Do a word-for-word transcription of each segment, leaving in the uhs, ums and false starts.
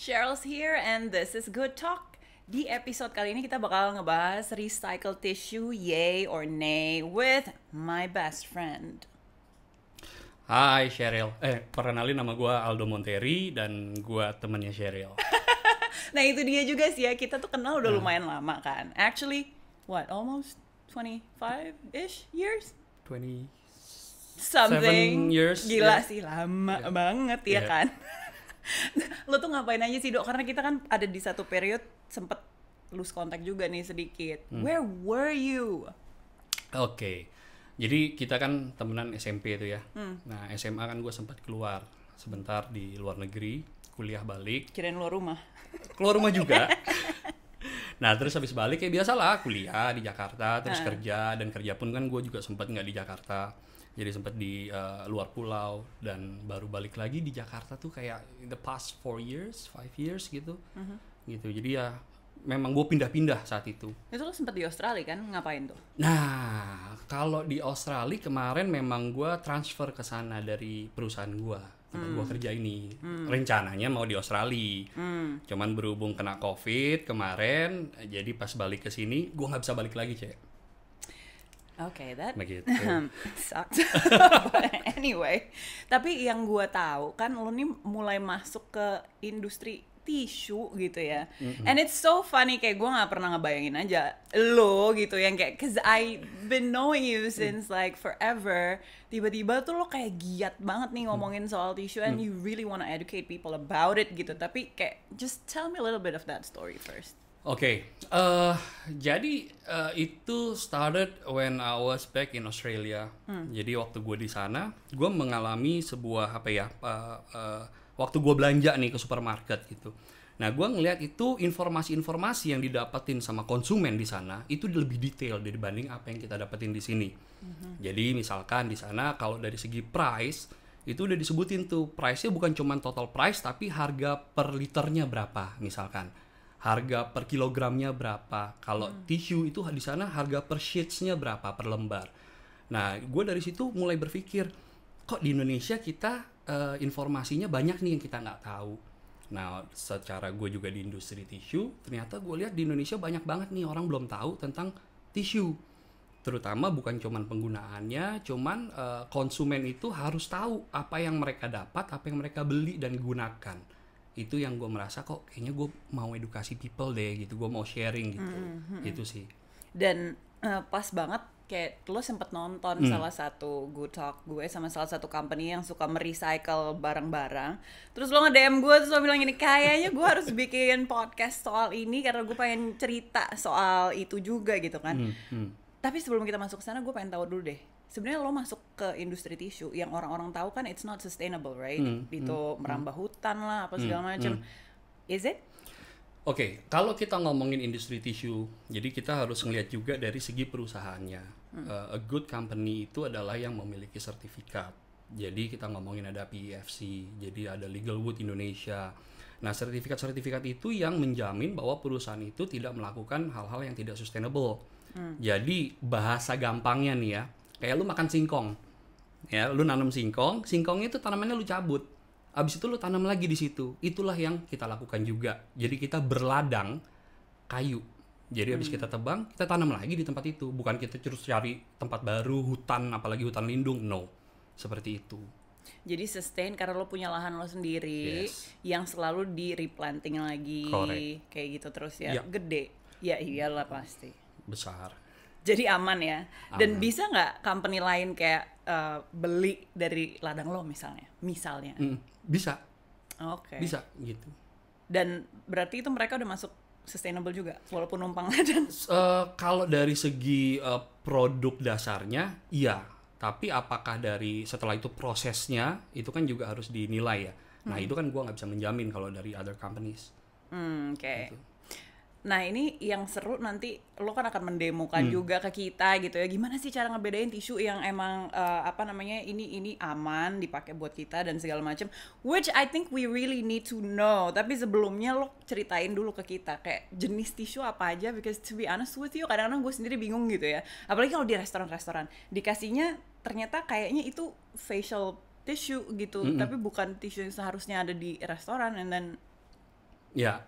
Cheryl's here and this is Good Talk. Di episode kali ini kita bakal ngebahas recycled tissue, yay or nay, with my best friend. Hai Cheryl, eh perkenalin nama gue Aldo Monteri dan gue temennya Cheryl. Nah itu dia juga sih ya, kita tuh kenal udah lumayan lama kan. Actually, what, almost twenty-five-ish years? twenty Something. years. Gila yeah. sih, lama Yeah. banget ya Yeah. kan. Lo tuh ngapain aja sih Dok? Karena kita kan ada di satu period sempet lose contact juga nih sedikit. Hmm. Where were you? Oke, okay. Jadi kita kan temenan S M P itu ya. Hmm. Nah S M A kan gue sempat keluar sebentar di luar negeri, kuliah balik. Kirain luar rumah. Keluar rumah juga. Nah terus habis balik ya biasalah kuliah di Jakarta, terus Uh. kerja, dan kerja pun kan gue juga sempat nggak di Jakarta. Jadi sempat di uh, luar pulau dan baru balik lagi di Jakarta tuh kayak in the past four years, five years gitu. Mhm. Gitu. Jadi ya memang gue pindah-pindah saat itu. Itu lo sempet di Australia kan? Ngapain tuh? Nah, kalau di Australia kemarin memang gue transfer ke sana dari perusahaan gue tempat Hmm. gue kerja ini. Hmm. Rencananya mau di Australia. Hmm. Cuman berhubung kena COVID kemarin, jadi pas balik ke sini gue nggak bisa balik lagi, Cek. Oke, okay, that Begitu. sucks. But anyway, tapi yang gue tahu kan lo nih mulai masuk ke industri tisu gitu ya. Mm-mm. And it's so funny, kayak gue nggak pernah ngebayangin aja lo gitu yang kayak, cause I been knowing you since like forever. Tiba-tiba tuh lo kayak giat banget nih ngomongin soal tisu and you really wanna educate people about it gitu. Tapi kayak just tell me a little bit of that story first. Oke, okay. uh, jadi uh, itu started when I was back in Australia. Hmm. Jadi waktu gue di sana, gue mengalami sebuah apa ya, uh, uh, waktu gue belanja nih ke supermarket gitu. Nah, gue ngeliat itu informasi-informasi yang didapetin sama konsumen di sana itu lebih detail dibanding apa yang kita dapetin di sini. Mm-hmm. Jadi misalkan di sana kalau dari segi price itu udah disebutin tuh, price-nya bukan cuma total price tapi harga per liternya berapa misalkan. Harga per kilogramnya berapa. Kalau hmm. tisu itu di sana harga per sheets-nya berapa per lembar. Nah, gue dari situ mulai berpikir, kok di Indonesia kita uh, informasinya banyak nih yang kita nggak tahu. Nah, secara gue juga di industri tisu, ternyata gue lihat di Indonesia banyak banget nih orang belum tahu tentang tisu. Terutama bukan cuman penggunaannya, cuman uh, konsumen itu harus tahu apa yang mereka dapat, apa yang mereka beli dan gunakan. Itu yang gue merasa kok kayaknya gue mau edukasi people deh gitu, gue mau sharing gitu. Mm-hmm. Itu sih. Dan uh, pas banget kayak lo sempet nonton hmm. salah satu Good Talk gue sama salah satu company yang suka merecycle barang-barang. Terus lo nge-D M gue, terus lo bilang gini, kayaknya gue harus bikin podcast soal ini karena gue pengen cerita soal itu juga gitu kan. Hmm. Hmm. Tapi sebelum kita masuk ke sana, gue pengen tahu dulu deh. Sebenarnya lo masuk ke industri tisu yang orang-orang tahu kan it's not sustainable, right? Hmm, Itu hmm, merambah hutan lah, apa segala hmm, macam. hmm. Is it? Oke, okay, kalau kita ngomongin industri tisu, jadi kita harus ngelihat juga dari segi perusahaannya. Hmm. Uh, a good company itu adalah yang memiliki sertifikat. Jadi kita ngomongin ada P E F C, jadi ada Legal Wood Indonesia. Nah, sertifikat-sertifikat itu yang menjamin bahwa perusahaan itu tidak melakukan hal-hal yang tidak sustainable. Hmm. Jadi bahasa gampangnya nih ya, kayak lu makan singkong, ya lu nanam singkong, singkongnya itu tanamannya lu cabut, abis itu lu tanam lagi di situ. Itulah yang kita lakukan juga. Jadi kita berladang kayu. Jadi abis Hmm. kita tebang, kita tanam lagi di tempat itu. Bukan kita terus cari tempat baru, hutan, apalagi hutan lindung. No, seperti itu. Jadi sustain karena lo punya lahan lo sendiri, Yes. yang selalu di replanting lagi. Correct. Kayak gitu terus ya. Ya. Gede. Ya iyalah pasti. Besar. Jadi aman ya. Dan Aman. bisa nggak company lain kayak uh, beli dari ladang lo misalnya? Misalnya. Mm, bisa, Oke. bisa gitu. Dan berarti itu mereka udah masuk sustainable juga walaupun numpang ladang. Uh, kalau dari segi uh, produk dasarnya, iya. Tapi apakah dari setelah itu prosesnya itu kan juga harus dinilai ya. Nah Hmm. itu kan gue nggak bisa menjamin kalau dari other companies. Hmm, oke. Gitu. Nah ini yang seru nanti lo kan akan mendemokan Hmm. juga ke kita gitu ya. Gimana sih cara ngebedain tisu yang emang uh, apa namanya ini ini aman dipakai buat kita dan segala macam. Which I think we really need to know. Tapi sebelumnya lo ceritain dulu ke kita kayak jenis tisu apa aja. Because to be honest with you, kadang-kadang gue sendiri bingung gitu ya. Apalagi kalau di restoran-restoran dikasihnya ternyata kayaknya itu facial tissue gitu. Mm-mm. Tapi bukan tisu yang seharusnya ada di restoran. And then Ya.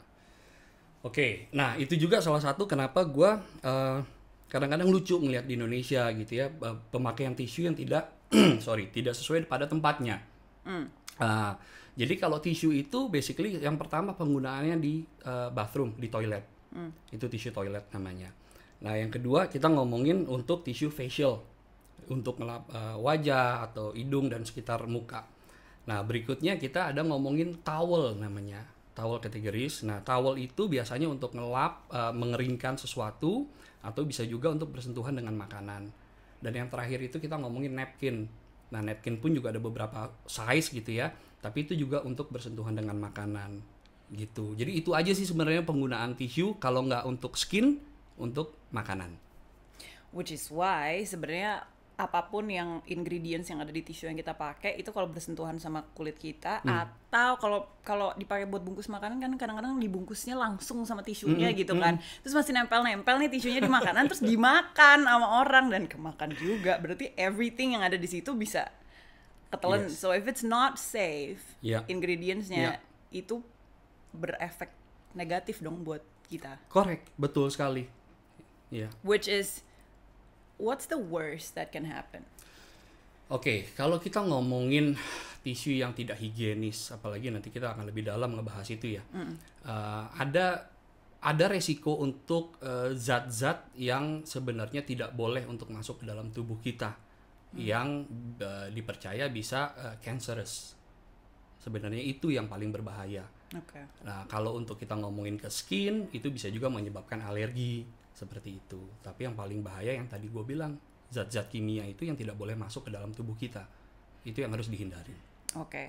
Oke, nah itu juga salah satu kenapa gue uh, kadang-kadang lucu ngelihat di Indonesia gitu ya, uh, pemakaian tisu yang tidak, sorry, tidak sesuai pada tempatnya. Mm. Uh, jadi kalau tisu itu basically yang pertama penggunaannya di uh, bathroom, di toilet, mm. itu tisu toilet namanya. Nah yang kedua kita ngomongin untuk tisu facial, untuk ngelap uh, wajah atau hidung dan sekitar muka. Nah berikutnya kita ada ngomongin towel namanya. Towel kategoris. Nah, towel itu biasanya untuk ngelap, uh, mengeringkan sesuatu, atau bisa juga untuk bersentuhan dengan makanan. Dan yang terakhir itu kita ngomongin napkin. Nah, napkin pun juga ada beberapa size gitu ya, tapi itu juga untuk bersentuhan dengan makanan gitu. Jadi itu aja sih sebenarnya penggunaan tisu, kalau nggak untuk skin, untuk makanan. Which is why sebenarnya apapun yang ingredients yang ada di tisu yang kita pakai itu kalau bersentuhan sama kulit kita, hmm. atau kalau kalau dipakai buat bungkus makanan kan kadang-kadang dibungkusnya langsung sama tisunya hmm. gitu kan, hmm. terus masih nempel-nempel nih tisunya di makanan terus dimakan sama orang dan kemakan juga, berarti everything yang ada di situ bisa ketelan. Yes. So if it's not safe, yeah. ingredientsnya yeah. itu berefek negatif dong buat kita. Correct, betul sekali. Yeah. Which is what's the worst that can happen? Oke, okay, kalau kita ngomongin tisu yang tidak higienis, apalagi nanti kita akan lebih dalam ngebahas itu ya. Mm. Uh, ada ada resiko untuk uh, zat-zat yang sebenarnya tidak boleh untuk masuk ke dalam tubuh kita, mm. yang uh, dipercaya bisa uh, cancerous. Sebenarnya itu yang paling berbahaya. Okay. Nah, kalau untuk kita ngomongin ke skin, itu bisa juga menyebabkan alergi. Seperti itu. Tapi yang paling bahaya yang tadi gue bilang, zat-zat kimia itu yang tidak boleh masuk ke dalam tubuh kita. Itu yang harus dihindari. Oke. Okay.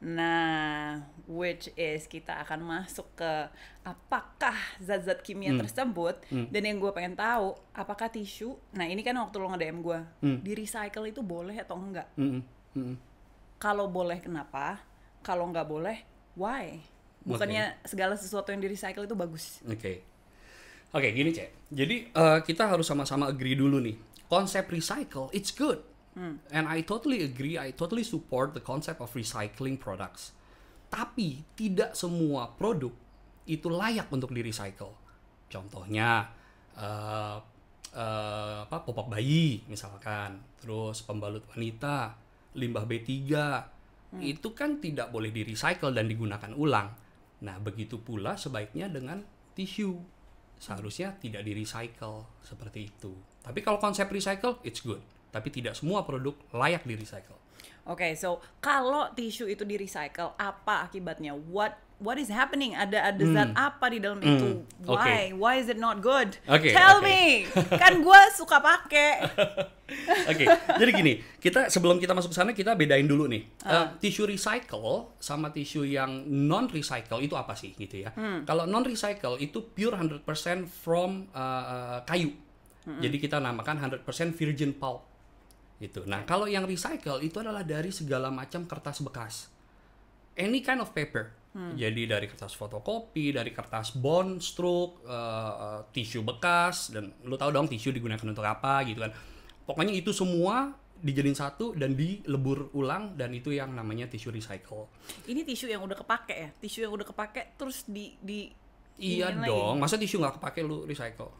Nah, which is kita akan masuk ke apakah zat-zat kimia hmm. tersebut, hmm. dan yang gue pengen tahu, apakah tisu, nah ini kan waktu lo nge-D M gue, hmm. di recycle itu boleh atau enggak? Hmm. Hmm. Kalau boleh kenapa? Kalau nggak boleh, why? Bukannya okay. segala sesuatu yang di recycle itu bagus. Oke. Okay. Oke, okay, gini Cek. Jadi uh, kita harus sama-sama agree dulu nih. Konsep recycle, it's good. Hmm. And I totally agree, I totally support the concept of recycling products. Tapi tidak semua produk itu layak untuk di-recycle. Contohnya, uh, uh, apa, popok bayi misalkan, terus pembalut wanita, limbah B tiga, hmm. itu kan tidak boleh di-recycle dan digunakan ulang. Nah, begitu pula sebaiknya dengan tisu. Seharusnya tidak di-recycle seperti itu. Tapi kalau konsep recycle, it's good. Tapi tidak semua produk layak di-recycle. Oke, okay, so kalau tisu itu di-recycle, apa akibatnya? What What is happening? Ada ada zat hmm. apa di dalam hmm. itu? Why? Okay. Why is it not good? Okay, Tell okay. me. Kan gue suka pakai. Oke, okay. Jadi gini, kita sebelum kita masuk ke sana kita bedain dulu nih. Uh. Uh, tisu recycle sama tisu yang non recycle itu apa sih gitu ya? Hmm. Kalau non recycle itu pure one hundred percent from uh, kayu. Hmm. Jadi kita namakan one hundred percent virgin pulp. Gitu. Nah, kalau yang recycle itu adalah dari segala macam kertas bekas. Any kind of paper. Hmm. Jadi dari kertas fotokopi, dari kertas bond, stroke, uh, uh, tisu bekas, dan lu tahu dong tisu digunakan untuk apa gitu kan. Pokoknya itu semua dijadiin satu dan dilebur ulang, dan itu yang namanya tisu recycle. Ini tisu yang udah kepake ya? Tisu yang udah kepake terus di... di iya dong, lagi. Masa tisu nggak kepake lu recycle?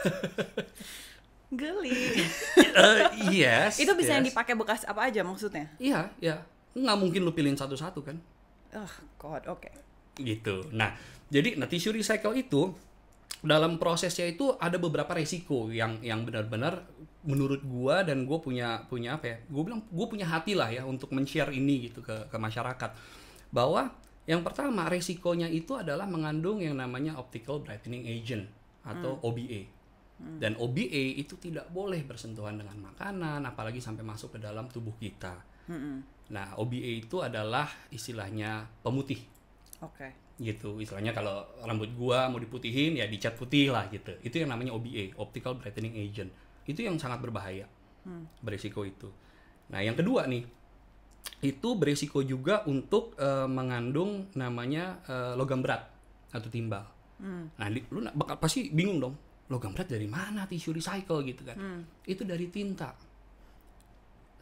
Geli. uh, yes. Itu bisa yes. yang dipakai bekas apa aja maksudnya? Iya, iya. Nggak mungkin lu pilihin satu-satu kan? Oh God, oke. Okay. Gitu. Nah, jadi nah tisu recycle itu dalam prosesnya itu ada beberapa resiko yang yang benar-benar menurut gua, dan gua punya punya apa ya? Gua bilang gua punya hati lah ya untuk men-share ini gitu ke ke masyarakat. Bahwa yang pertama resikonya itu adalah mengandung yang namanya optical brightening agent atau hmm. O B A. Hmm. Dan O B A itu tidak boleh bersentuhan dengan makanan, apalagi sampai masuk ke dalam tubuh kita. Hmm. Nah, O B A itu adalah istilahnya pemutih. Oke. Okay. Gitu, istilahnya kalau rambut gua mau diputihin ya dicat putih lah gitu. Itu yang namanya O B A, optical brightening agent. Itu yang sangat berbahaya. Hmm. Berisiko itu. Nah, yang kedua nih, itu berisiko juga untuk uh, mengandung namanya uh, logam berat atau timbal. Hmm. Nah, li, lu bakal pasti bingung dong. Logam berat dari mana tisu recycle gitu kan? Hmm. Itu dari tinta.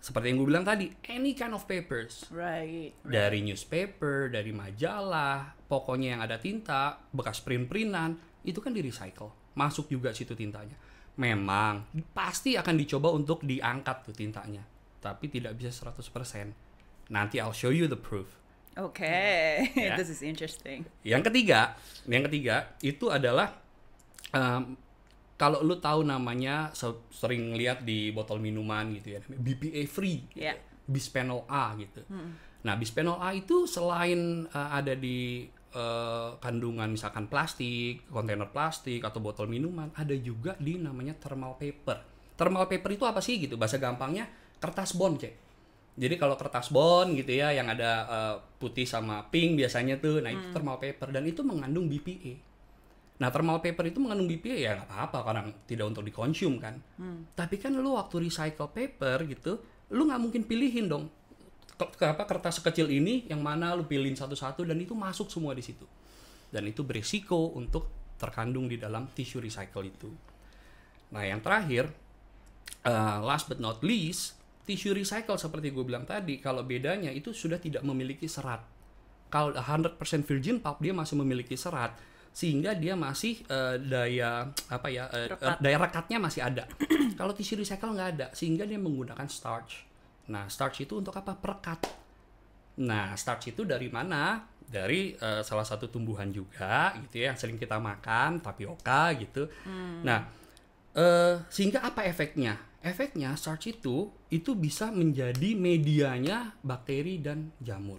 Seperti yang gue bilang tadi, any kind of papers. Right. right. Dari newspaper, dari majalah, pokoknya yang ada tinta, bekas print-printan, itu kan di recycle. Masuk juga situ tintanya. Memang pasti akan dicoba untuk diangkat tuh tintanya, tapi tidak bisa seratus persen. Nanti I'll show you the proof. Oke, okay. Ya. This is interesting. Yang ketiga, yang ketiga itu adalah um, kalau lu tahu namanya, sering lihat di botol minuman gitu ya, B P A free, Yeah. bisphenol A gitu. Hmm. Nah, bisphenol A itu selain uh, ada di uh, kandungan misalkan plastik, kontainer plastik atau botol minuman, ada juga di namanya thermal paper. Thermal paper itu apa sih gitu? Bahasa gampangnya kertas bond, Cek. Jadi kalau kertas bond gitu ya, yang ada uh, putih sama pink biasanya tuh, nah itu Hmm. thermal paper dan itu mengandung B P A. Nah, thermal paper itu mengandung B P A ya nggak apa-apa karena tidak untuk dikonsum kan. Hmm. Tapi kan lu waktu recycle paper gitu, lu nggak mungkin pilihin dong ke, ke apa kertas sekecil ini yang mana lu pilihin satu-satu dan itu masuk semua di situ. Dan itu berisiko untuk terkandung di dalam tisu recycle itu. Nah, yang terakhir, uh, last but not least, tisu recycle seperti gue bilang tadi, kalau bedanya itu sudah tidak memiliki serat. Kalau one hundred percent virgin pulp dia masih memiliki serat, sehingga dia masih uh, daya apa ya uh, Rekat. daya rekatnya masih ada. Kalau tisu recycle nggak ada, sehingga dia menggunakan starch. Nah, starch itu untuk apa? Perekat. Nah, starch itu dari mana? Dari uh, salah satu tumbuhan juga gitu ya, yang sering kita makan, tapioka gitu. Hmm. Nah, uh, sehingga apa efeknya? Efeknya starch itu itu bisa menjadi medianya bakteri dan jamur.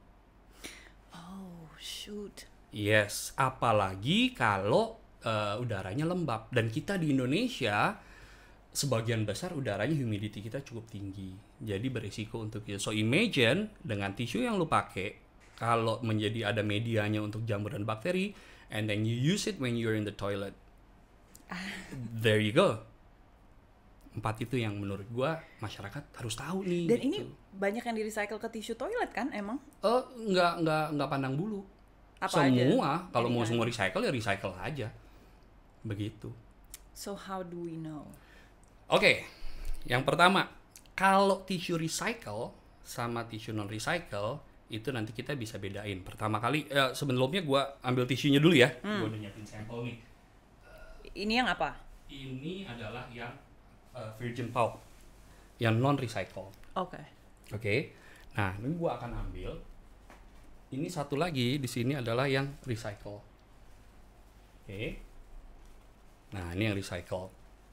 Oh, shoot. Yes, apalagi kalau uh, udaranya lembab. Dan kita di Indonesia, sebagian besar udaranya humidity kita cukup tinggi. Jadi berisiko untuk itu. So imagine dengan tisu yang lu pakai, kalau menjadi ada medianya untuk jamur dan bakteri, and then you use it when you're in the toilet. There you go. Empat itu yang menurut gua masyarakat harus tahu nih. Dan gitu. ini banyak yang di recycle ke tisu toilet kan emang? Oh, nggak nggak nggak pandang bulu. Apa Semua, aja? kalau Jadi mau kan- semua recycle ya recycle aja. Begitu. So how do we know? Oke, yang pertama, kalau tisu recycle sama tisu non recycle itu nanti kita bisa bedain. Pertama kali, ya, sebelumnya gue ambil tisunya dulu ya. Hmm. Gue udah nyiapin sampel nih. Ini yang apa? Ini adalah yang uh, virgin pulp, yang non recycle. Oke. Oke, nah ini gue akan ambil. Ini satu lagi di sini adalah yang recycle. Oke, nah ini yang recycle.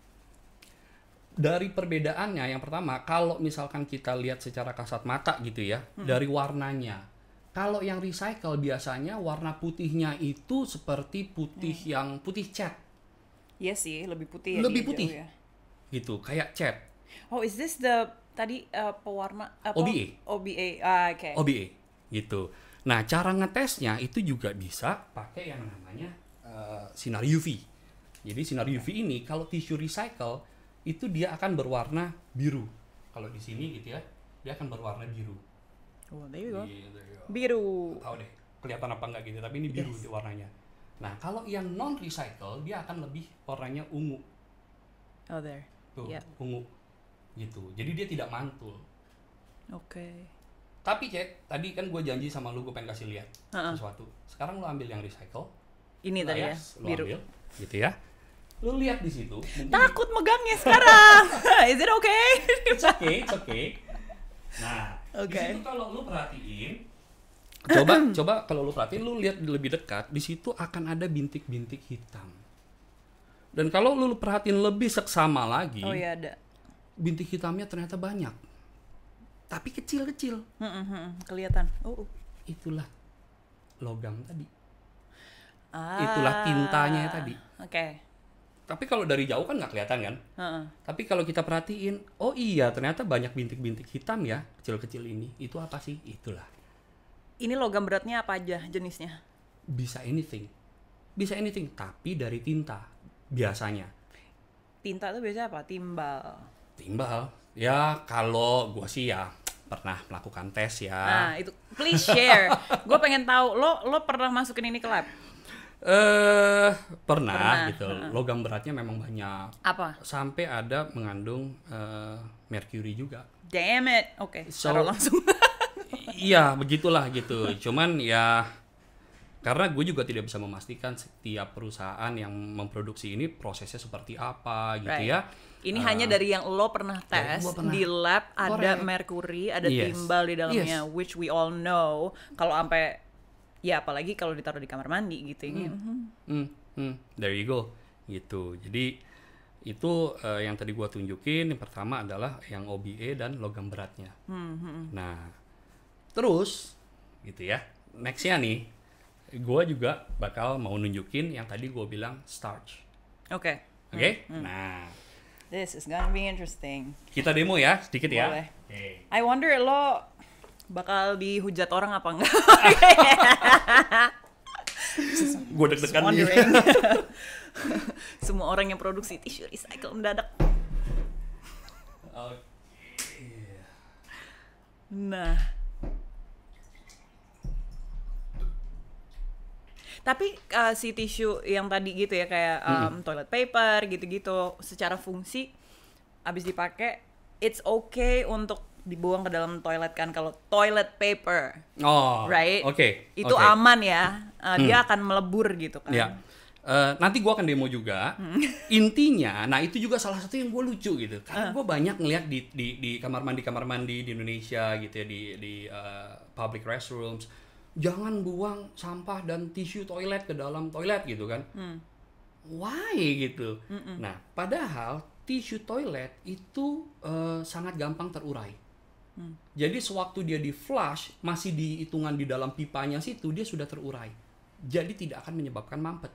Dari perbedaannya, yang pertama, kalau misalkan kita lihat secara kasat mata gitu ya, hmm. dari warnanya. Kalau yang recycle biasanya warna putihnya itu seperti putih hmm. yang putih cat. Iya sih, lebih putih ya. Lebih dia putih. jauh ya. Gitu, kayak cat. Oh, is this the tadi uh, pewarna apa? O B A. O B A. Ah, oke. Okay. O B A, gitu. Nah, cara ngetesnya itu juga bisa pakai yang namanya uh, sinar U V. Jadi sinar U V ini kalau tisu recycle itu dia akan berwarna biru. Kalau di sini gitu ya, dia akan berwarna biru. Oh, there you go. Gitu, ya. Biru. Tahu deh, kelihatan apa enggak gitu, tapi ini biru Yes. di warnanya. Nah, kalau yang non recycle dia akan lebih warnanya ungu. Oh, there. Tuh, Yeah. ungu. Gitu. Jadi dia tidak mantul. Oke. Okay. Tapi Cek, tadi kan gue janji sama lu gue pengen kasih lihat Uh-uh. sesuatu. Sekarang lu ambil yang recycle. Ini tadi ya, Lu biru. ambil, gitu ya. Lu lihat di situ. mungkin- Takut megangnya sekarang. Is it okay? It's okay, it's okay. Nah, Oke. di situ kalau lu perhatiin, coba coba kalau lu perhatiin, lu lihat lebih dekat, di situ akan ada bintik-bintik hitam. Dan kalau lu perhatiin lebih seksama lagi, Oh ya ada. bintik hitamnya ternyata banyak. Tapi kecil-kecil. Hmm, hmm, hmm, kelihatan. Oh. oh. Itulah logam tadi. Ah. Itulah tintanya tadi. Oke. Okay. Tapi kalau dari jauh kan nggak kelihatan kan? Uh-uh. Tapi kalau kita perhatiin, oh iya ternyata banyak bintik-bintik hitam ya, kecil-kecil ini. Itu apa sih? Itulah. Ini logam beratnya apa aja jenisnya? Bisa anything. Bisa anything, tapi dari tinta biasanya. Tinta tuh biasanya apa? Timbal. Timbal. Ya kalau gua sih ya pernah melakukan tes ya. Nah, itu please share. Gue pengen tahu lo lo pernah masukin ini ke lab? Eh pernah, Pernah, gitu. Logam beratnya memang banyak. Apa? Sampai ada mengandung eh, merkuri juga. Damn it. Oke, So- taruh langsung. Iya, begitulah gitu. Cuman ya karena gue juga tidak bisa memastikan setiap perusahaan yang memproduksi ini prosesnya seperti apa gitu Right. ya. Ini Eh, hanya dari yang lo pernah dari tes gua pernah. di lab, ada Correct. merkuri, ada Yes. timbal di dalamnya, Yes. which we all know. Kalau sampai ya apalagi kalau ditaruh di kamar mandi gitu ya. Hmm, hmm, there you go gitu. Jadi itu eh, yang tadi gua tunjukin yang pertama adalah yang O B E dan logam beratnya. Nah, terus gitu ya. Nextnya nih, gua juga bakal mau nunjukin yang tadi gua bilang starch. Oke. Oke? Nah, This is gonna be interesting. kita demo ya sedikit ya. Boleh. Oke. I wonder lo bakal dihujat orang apa enggak? Gue deg-degan nih. Wondering. Semua orang yang produksi tisu recycle mendadak. Nah. Tapi uh, si tisu yang tadi gitu ya kayak um, toilet paper gitu-gitu secara fungsi abis dipakai it's okay untuk dibuang ke dalam toilet kan kalau toilet paper, Oh, right? Oke. Itu oke. aman ya. Uh, Dia akan melebur gitu kan. Ya. Eh, nanti gua akan demo juga. Intinya, nah itu juga salah satu yang gue lucu gitu. Karena gue banyak ngeliat di, di di kamar mandi kamar mandi di Indonesia gitu ya di di eh, public restrooms. Jangan buang sampah dan tisu toilet ke dalam toilet gitu kan. Why gitu. Nah, padahal tisu toilet itu eh, sangat gampang terurai. Jadi sewaktu dia di flush masih di hitungan di dalam pipanya situ dia sudah terurai. Jadi tidak akan menyebabkan mampet.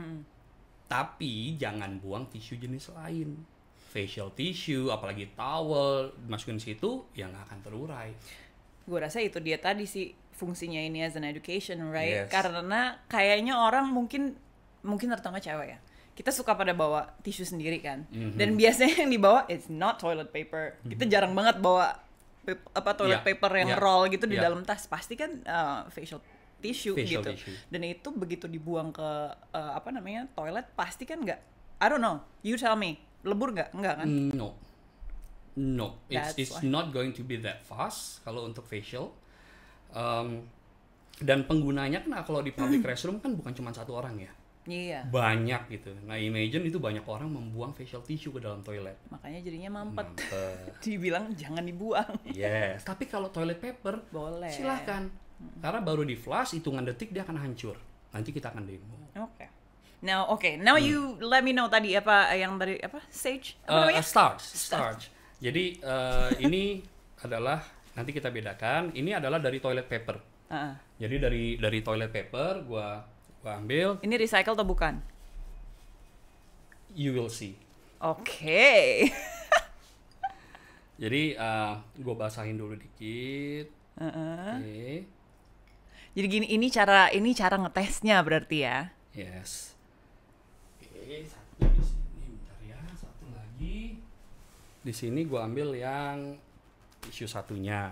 Tapi jangan buang tisu jenis lain. Facial tissue, apalagi towel, masukin situ ya nggak akan terurai. Gue rasa itu dia tadi sih fungsinya ini as an education, right? Yes. Karena kayaknya orang mungkin mungkin terutama cewek ya. Kita suka pada bawa tisu sendiri kan. Dan biasanya yang dibawa it's not toilet paper. Kita jarang banget bawa pap- apa toilet Yeah, paper yang yeah, roll gitu di yeah. dalam tas. Pasti kan uh, facial tissue Facial gitu. tissue. Dan itu begitu dibuang ke uh, apa namanya toilet pasti kan nggak. I don't know. You tell me. Lebur nggak? Nggak kan? No. No, it's That's it's why. not going to be that fast kalau untuk facial. Um, dan penggunanya kan kalau di public restroom kan bukan cuma satu orang ya. Iya. Banyak gitu. Nah, imagine itu banyak orang membuang facial tissue ke dalam toilet. Makanya jadinya mampet. Mampet. Dibilang jangan dibuang. Yes, tapi kalau toilet paper Boleh. silahkan. Karena baru di flush hitungan detik dia akan hancur. Nanti kita akan demo. Oke. Now, okay. Now you let me know tadi apa yang tadi apa sage apa Uh, namanya? starch, starch. Jadi uh, ini adalah nanti kita bedakan. Ini adalah dari toilet paper. Ah. Jadi dari dari toilet paper gua gua ambil. Ini recycle atau bukan? You will see. Oke. Jadi uh, gua basahin dulu dikit. Heeh. Oke. Jadi gini, ini cara ini cara ngetesnya berarti ya. Yes. Oke, satu di sini bentar ya, satu lagi. Di sini gua ambil yang tisu satunya.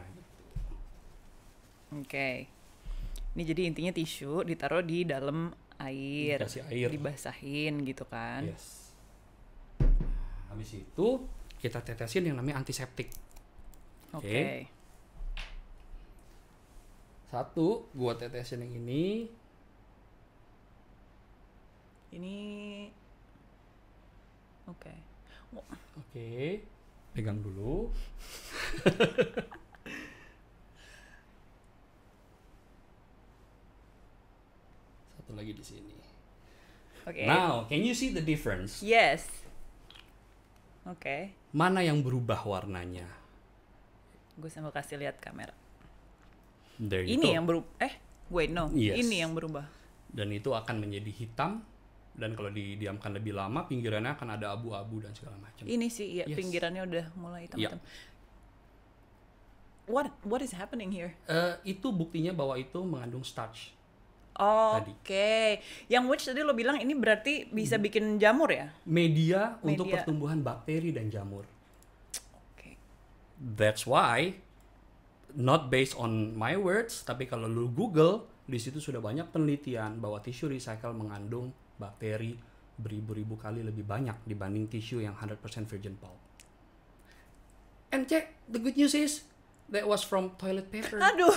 Oke. Ini jadi intinya tisu ditaruh di dalam air, Dikasih air. dibasahin gitu kan. Yes. Habis itu kita tetesin yang namanya antiseptik. Oke. Oke. Satu, gua tetesin yang ini. Ini Oke. Wah, Oke. Pegang dulu. Satu lagi di sini. Oke. Now, can you see the difference? Yes. Oke. Mana yang berubah warnanya? Gue sambil kasih lihat kamera. There you Ini go. yang berubah. Eh, wait no. Yes. Ini yang berubah. Dan itu akan menjadi hitam dan kalau didiamkan lebih lama pinggirannya akan ada abu-abu dan segala macam. Ini sih ya Yes. pinggirannya udah mulai hitam-hitam. Iya. What what is happening here? Eh, itu buktinya bahwa itu mengandung starch. Oke. Yang which tadi lo bilang ini berarti bisa bikin jamur ya? Media, untuk Media. pertumbuhan bakteri dan jamur. Oke. That's why not based on my words, tapi kalau lu Google Di situ sudah banyak penelitian bahwa tisu recycle mengandung bakteri beribu-ribu kali lebih banyak dibanding tisu yang one hundred percent virgin pulp. And check, the good news is that was from toilet paper. Aduh.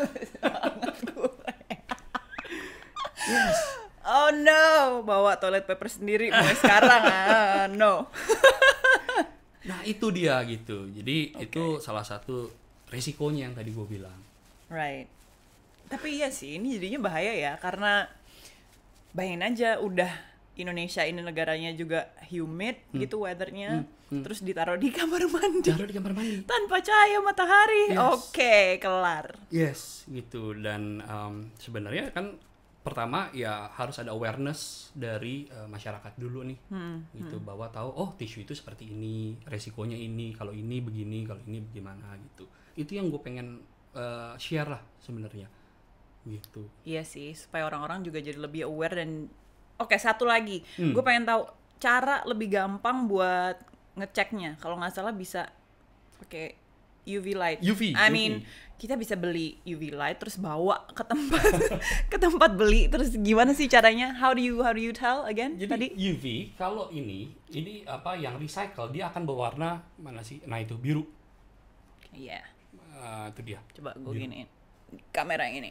Yes. Oh no, bawa toilet paper sendiri mulai sekarang. Ah, no. Nah itu dia gitu. Jadi Okay. itu salah satu resikonya yang tadi gue bilang. Right. Tapi iya sih, ini jadinya bahaya ya, karena bayangin aja udah Indonesia ini negaranya juga humid Hmm. gitu weathernya, Hmm. Hmm. terus ditaruh di kamar mandi Taruh di kamar mandi. tanpa cahaya matahari. Yes. Oke, kelar. Yes, gitu. Dan um, sebenarnya kan pertama ya harus ada awareness dari uh, masyarakat dulu nih, Hmm. gitu, bahwa tahu oh tisu itu seperti ini, resikonya ini, kalau ini begini, kalau ini bagaimana gitu. Itu yang gue pengen uh, share lah sebenarnya, gitu. Iya sih, supaya orang-orang juga jadi lebih aware. Dan oke, satu lagi, Hmm. gue pengen tahu cara lebih gampang buat ngeceknya. Kalau nggak salah bisa pakai U V light. U V, I U V. mean, kita bisa beli U V light terus bawa ke tempat ke tempat beli. Terus gimana sih caranya? How do you how do you tell again Jadi tadi? U V kalau ini ini apa yang recycle dia akan berwarna mana sih? Nah itu biru. Iya, Uh, itu dia. coba gue Biru. giniin kamera yang ini.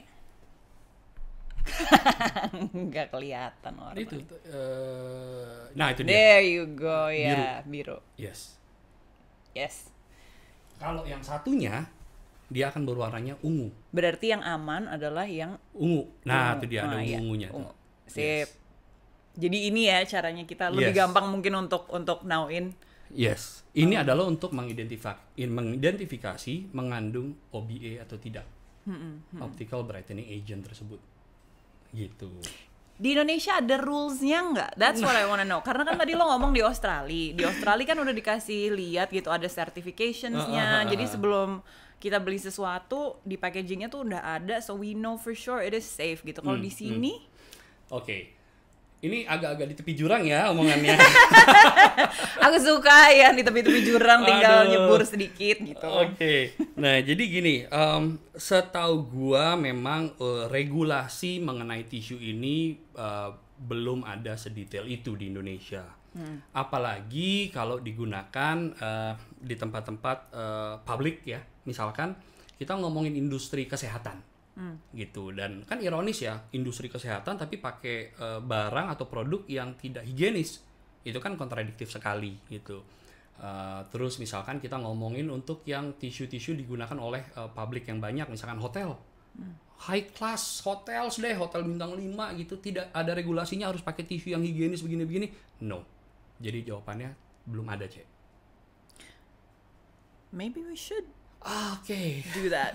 Nggak kelihatan orang. Itu. itu, uh, nah itu dia. There you go, ya, biru. Yes. Yes. Kalau yang satunya dia akan berwarnanya ungu. Berarti yang aman adalah yang Ungu. Nah, ungu. itu dia ada Ah, iya, ungu-ungunya tuh. ungu. Sip. Yes. Jadi ini ya caranya kita lebih Yes. gampang mungkin untuk untuk nauin. Yes. Ini adalah untuk mengidentifikasi mengidentifikasi mengandung O B A atau tidak. Optical brightening agent tersebut. Gitu. Di Indonesia ada rules-nya nggak? That's what I wanna know. Karena kan tadi lo ngomong di Australia. Di Australia kan udah dikasih lihat gitu ada certifications-nya. Ah, ah, ah, Jadi ah. sebelum kita beli sesuatu di packaging-nya tuh udah ada, so we know for sure it is safe gitu. Kalau Hmm, di sini Oke. Ini agak-agak di tepi jurang ya omongannya. aku suka ya di tepi-tepi jurang tinggal Aduh. nyebur sedikit gitu. Oke. Nah, jadi gini, um, setahu gua memang uh, regulasi mengenai tisu ini uh, belum ada sedetail itu di Indonesia. Apalagi kalau digunakan uh, di tempat-tempat uh, publik ya. Misalkan kita ngomongin industri kesehatan. Gitu. Dan kan ironis ya, industri kesehatan tapi pakai uh, barang atau produk yang tidak higienis. Itu kan kontradiktif sekali gitu. Uh, terus misalkan kita ngomongin untuk yang tisu-tisu digunakan oleh uh, publik yang banyak, misalkan hotel, high class hotel deh, hotel bintang lima gitu, tidak ada regulasinya harus pakai tisu yang higienis begini-begini. No. Jadi jawabannya belum ada, Cek. Maybe we should Oke. do that.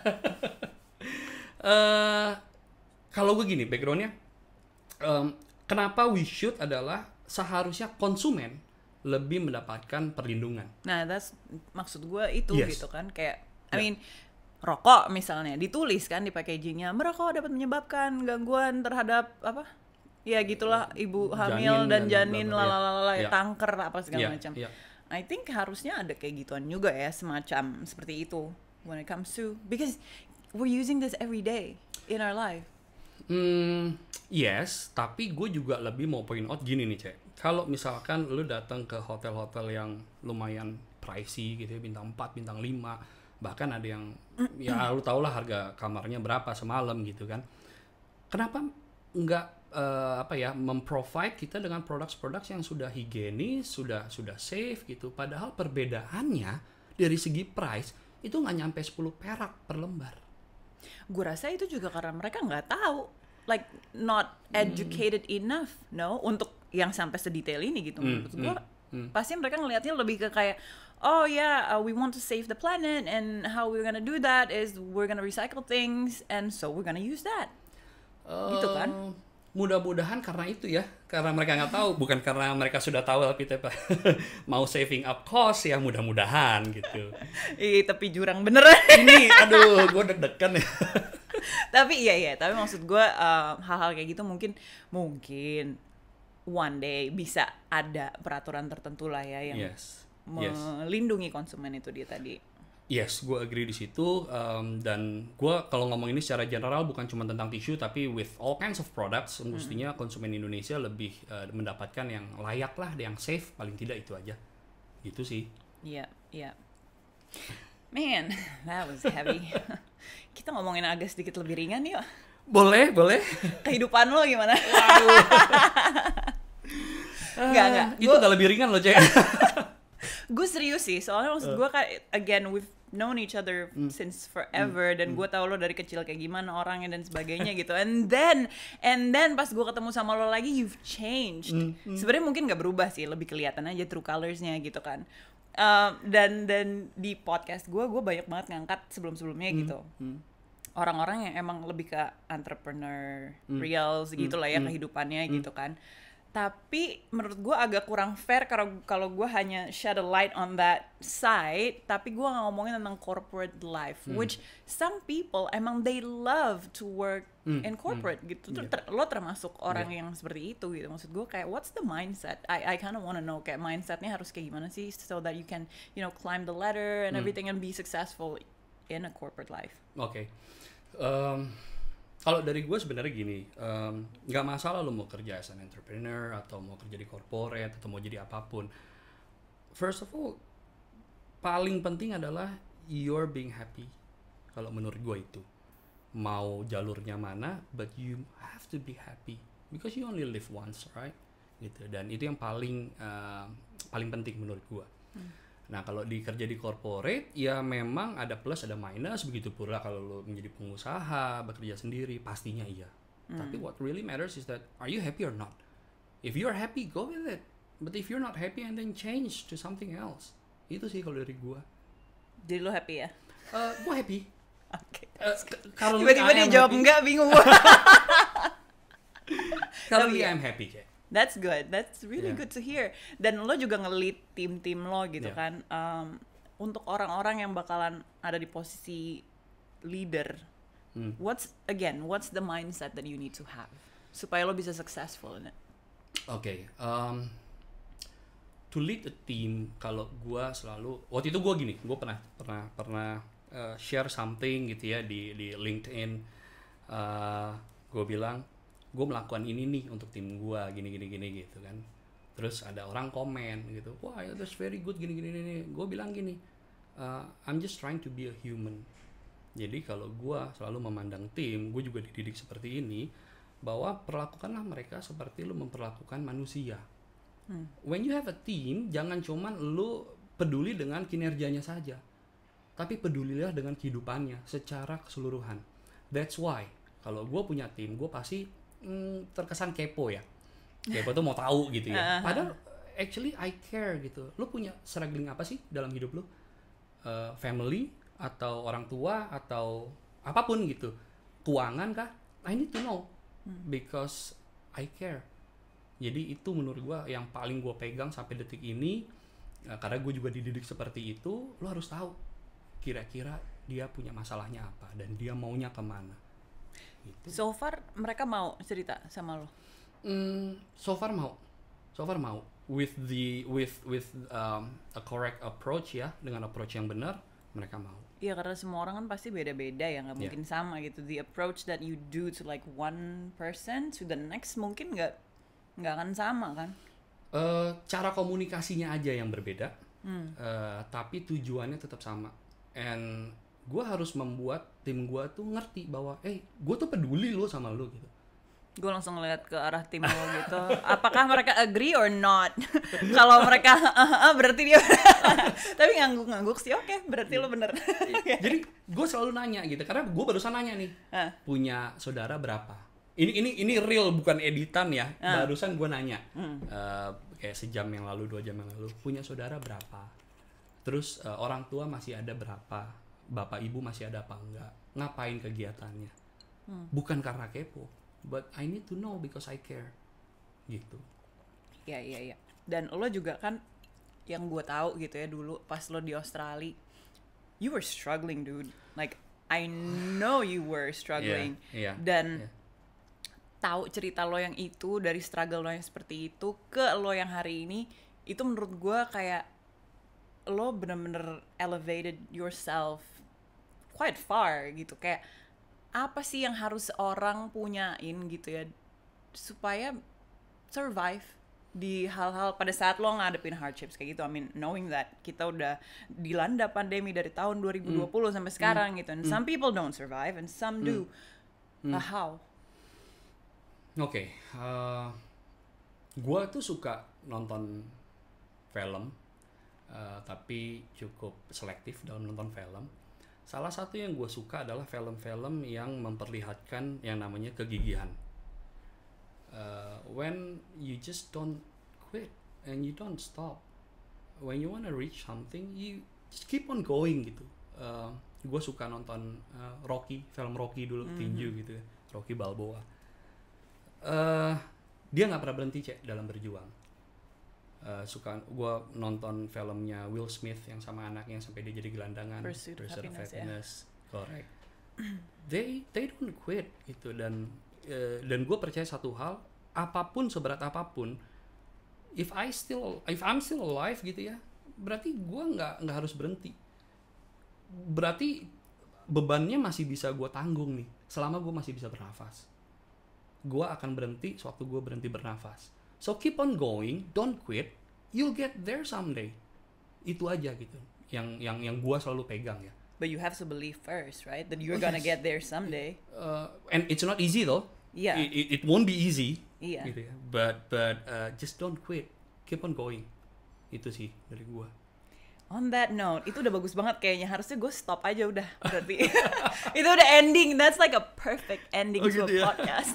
Eh, kalau gue gini backgroundnya, em, kenapa we should adalah seharusnya konsumen lebih mendapatkan perlindungan. Nah, that's maksud gue itu Yes. gitu kan, kayak I Ya. mean rokok misalnya ditulis kan di packagingnya merokok dapat menyebabkan gangguan terhadap apa? Ya gitulah ibu hamil Janin dan dan janin bla bla, ya. lalalala Ya. kanker apa segala Iya, macam. iya. I think harusnya ada kayak gituan juga ya, semacam seperti itu when it comes to, because we're using this every day in our life. Hmm, yes, tapi gue juga lebih mau point out gini nih, Cek. Kalau misalkan lu datang ke hotel-hotel yang lumayan pricey gitu ya, bintang empat, bintang lima, bahkan ada yang ya lu tau lah harga kamarnya berapa semalam gitu kan. Kenapa nggak eh, apa ya memprovide kita dengan produk-produk yang sudah higienis, sudah sudah safe gitu. Padahal perbedaannya dari segi price itu nggak nyampe sepuluh perak per lembar. Gue rasa itu juga karena mereka nggak tahu, like not educated enough, no, untuk yang sampai sedetail ini gitu. Hmm, Menurut gue hmm, hmm. pasti mereka ngelihatnya lebih ke kayak, oh ya, yeah, uh, we want to save the planet and how we're gonna do that is we're gonna recycle things and so we're gonna use that. Gitu kan? Eh, mudah-mudahan karena itu ya, karena mereka nggak tahu, bukan karena mereka sudah tahu tapi kita mau saving up cost ya, mudah-mudahan gitu. Ih, tapi jurang beneran. Ini aduh, gue deg-degan ya. Tapi iya iya, tapi maksud gue uh, hal-hal kayak gitu mungkin mungkin one day bisa ada peraturan tertentu lah ya yang Yes. Yes. melindungi konsumen itu dia tadi. Yes, gue agree di situ. Um, dan gue kalau ngomong ini secara general bukan cuma tentang tisu, tapi with all kinds of products, mestinya hmm. konsumen Indonesia lebih uh, mendapatkan yang layak lah, yang safe, paling tidak itu aja. Gitu sih. Iya, yeah, iya. Yeah. Man, that was heavy. Kita ngomongin agak sedikit lebih ringan yuk. Boleh, boleh. Kehidupan lo gimana? Waduh. Enggak, enggak. Itu gua... gak lebih ringan loh, Cek. Gue serius sih, soalnya maksud gue kan, again, we've known each other mm. since forever, mm. dan gue tau lo dari kecil kayak gimana orangnya dan sebagainya gitu. And then, and then pas gue ketemu sama lo lagi, you've changed. Mm. Mm. Sebenarnya mungkin gak berubah sih, lebih kelihatan aja true colorsnya gitu kan. Uh, dan dan di podcast gue, gue banyak banget ngangkat sebelum-sebelumnya mm. gitu. Mm. Orang-orang yang emang lebih ke entrepreneur, mm. reals gitu lah ya, mm. kehidupannya mm. gitu kan. Tapi menurut gue agak kurang fair kalau kalau gue hanya shed a light on that side, tapi gue nggak ngomongin tentang corporate life, hmm. which some people emang they love to work hmm. in corporate hmm. gitu. Yeah. Ter- lo termasuk orang yeah. yang seperti itu gitu. Maksud gue kayak what's the mindset? I I kind of wanna know kayak mindsetnya harus kayak gimana sih so that you can you know climb the ladder and hmm. everything and be successful in a corporate life. Oke. Okay. Um, Kalau dari gue sebenarnya gini, nggak um, masalah lo mau kerja as an entrepreneur atau mau kerja di corporate atau mau jadi apapun. First of all, paling penting adalah you're being happy. Kalau menurut gue itu, mau jalurnya mana, but you have to be happy because you only live once, right? Gitu. Dan itu yang paling uh, paling penting menurut gue. Hmm. Nah kalau di kerja di corporate ya memang ada plus ada minus, begitu pula kalau lo menjadi pengusaha bekerja sendiri pastinya iya. Mm. Tapi what really matters is that are you happy or not? If you're happy go with it, but if you're not happy and then change to something else. Itu sih kalau dari gua. Jadi lo happy ya? Uh, gua happy. Oke. Okay. Uh, kalau tiba-tiba dia jawab happy, enggak bingung. Kalau dia I'm happy kayak. That's good. That's really yeah. good to hear. Dan lo juga nge-lead tim-tim lo gitu yeah. kan. Um, untuk orang-orang yang bakalan ada di posisi leader, hmm. what's again, what's the mindset that you need to have supaya lo bisa successful in it? Oke, okay, um, to lead a team, kalau gue selalu waktu itu gue gini, gue pernah pernah pernah uh, share something gitu ya di di LinkedIn. Uh, gue bilang gue melakukan ini nih untuk tim gue gini gini gini gitu kan, terus ada orang komen gitu, wah that's very good gini gini gini. Gue bilang gini, uh, I'm just trying to be a human. Jadi kalau gue selalu memandang tim, gue juga dididik seperti ini, bahwa perlakukanlah mereka seperti lu memperlakukan manusia. hmm. When you have a team, jangan cuman lu peduli dengan kinerjanya saja, tapi pedulilah dengan kehidupannya secara keseluruhan. That's why kalau gue punya tim, gue pasti Hmm, terkesan kepo ya, kepo tuh mau tahu gitu ya. Padahal actually I care gitu. Lu punya struggling apa sih dalam hidup lu? Uh, family atau orang tua atau apapun gitu, keuangan kah? I need to know because I care. Jadi itu menurut gua yang paling gua pegang sampai detik ini, uh, karena gue juga dididik seperti itu. Lu harus tahu kira-kira dia punya masalahnya apa dan dia maunya kemana. Gitu. So far mereka mau cerita sama lo? Mm, so far mau, so far mau. With the with with um, a correct approach ya, dengan approach yang benar, mereka mau. Iya karena semua orang kan pasti beda-beda ya, nggak mungkin yeah. sama gitu. The approach that you do to like one person to the next mungkin nggak nggak akan sama kan? Uh, cara komunikasinya aja yang berbeda, hmm. uh, tapi tujuannya tetap sama. And gue harus membuat tim gue tuh ngerti bahwa eh gue tuh peduli lo sama lo gitu. Gue langsung ngeliat ke arah tim lo gitu, apakah mereka agree or not? Kalau mereka uh, uh, berarti dia tapi ngangguk-ngangguk sih, oke okay, berarti lo bener. Jadi gue selalu nanya gitu, karena gue barusan nanya nih, uh. punya saudara berapa? Ini ini ini real bukan editan ya, uh. barusan gue nanya hmm. uh, kayak sejam yang lalu, dua jam yang lalu, punya saudara berapa? Terus uh, orang tua masih ada berapa? Bapak ibu masih ada apa enggak, ngapain kegiatannya, hmm. bukan karena kepo, but I need to know because I care, gitu. Iya iya iya. Dan lo juga kan, yang gue tahu gitu ya dulu pas lo di Australia, you were struggling dude, like I know you were struggling, yeah, yeah, dan yeah. tahu cerita lo yang itu dari struggle lo yang seperti itu ke lo yang hari ini, itu menurut gue kayak lo bener-bener elevated yourself quite far gitu. Kayak apa sih yang harus orang punyain gitu ya supaya survive di hal-hal pada saat lo ngadepin hardships kayak gitu. I mean, knowing that kita udah dilanda pandemi dari tahun dua ribu dua puluh mm. sampai sekarang mm. gitu. And mm. some people don't survive and some mm. do. Mm. Uh, how? Oke, okay. uh, gue tuh suka nonton film, uh, tapi cukup selektif dalam nonton film. Salah satu yang gue suka adalah film-film yang memperlihatkan yang namanya kegigihan. Uh, when you just don't quit and you don't stop, when you wanna reach something, you just keep on going gitu. Uh, gue suka nonton uh, Rocky, film Rocky dulu, mm-hmm. tinju gitu ya, Rocky Balboa. Uh, dia nggak pernah berhenti cek dalam berjuang. Uh, suka gue nonton filmnya Will Smith yang sama anaknya sampai dia jadi gelandangan, Pursuit of Happiness, of happiness. Yeah. Correct. they they don't quit gitu. Dan uh, dan gue percaya satu hal, apapun seberat apapun, if I still if I'm still alive gitu ya, berarti gue nggak nggak harus berhenti. Berarti bebannya masih bisa gue tanggung nih selama gue masih bisa bernafas. Gue akan berhenti sewaktu gue berhenti bernafas. So keep on going, don't quit, you'll get there someday. Itu aja gitu yang yang yang gue selalu pegang ya. But you have to believe first, right? That you're oh, gonna yes. get there someday. Uh, and it's not easy though. Yeah. It, it, it won't be easy. Iya. Gitu ya. But but uh, just don't quit, keep on going. Itu sih dari gue. On that note, itu udah bagus banget kayaknya. Harusnya gue stop aja udah berarti. Itu udah ending. That's like a perfect ending oh, to gitu a ya? podcast.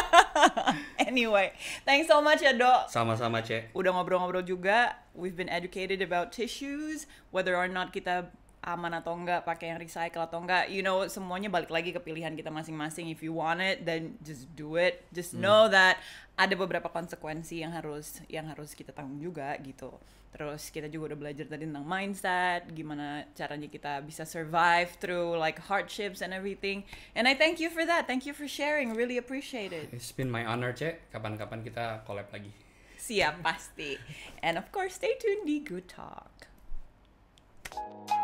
Anyway, thanks so much ya Dok. Sama-sama Cek. Udah ngobrol-ngobrol juga. We've been educated about tissues, whether or not kita aman atau enggak, pakai yang recycle atau enggak. You know, semuanya balik lagi ke pilihan kita masing-masing. If you want it, then just do it. Just hmm. know that ada beberapa konsekuensi yang harus yang harus kita tanggung juga gitu. Terus kita juga udah belajar tadi tentang mindset, gimana caranya kita bisa survive through like hardships and everything. And I thank you for that. Thank you for sharing. Really appreciate it. It's been my honor, Cek. Kapan-kapan kita collab lagi. Siap pasti. And of course, stay tuned di Good Talk.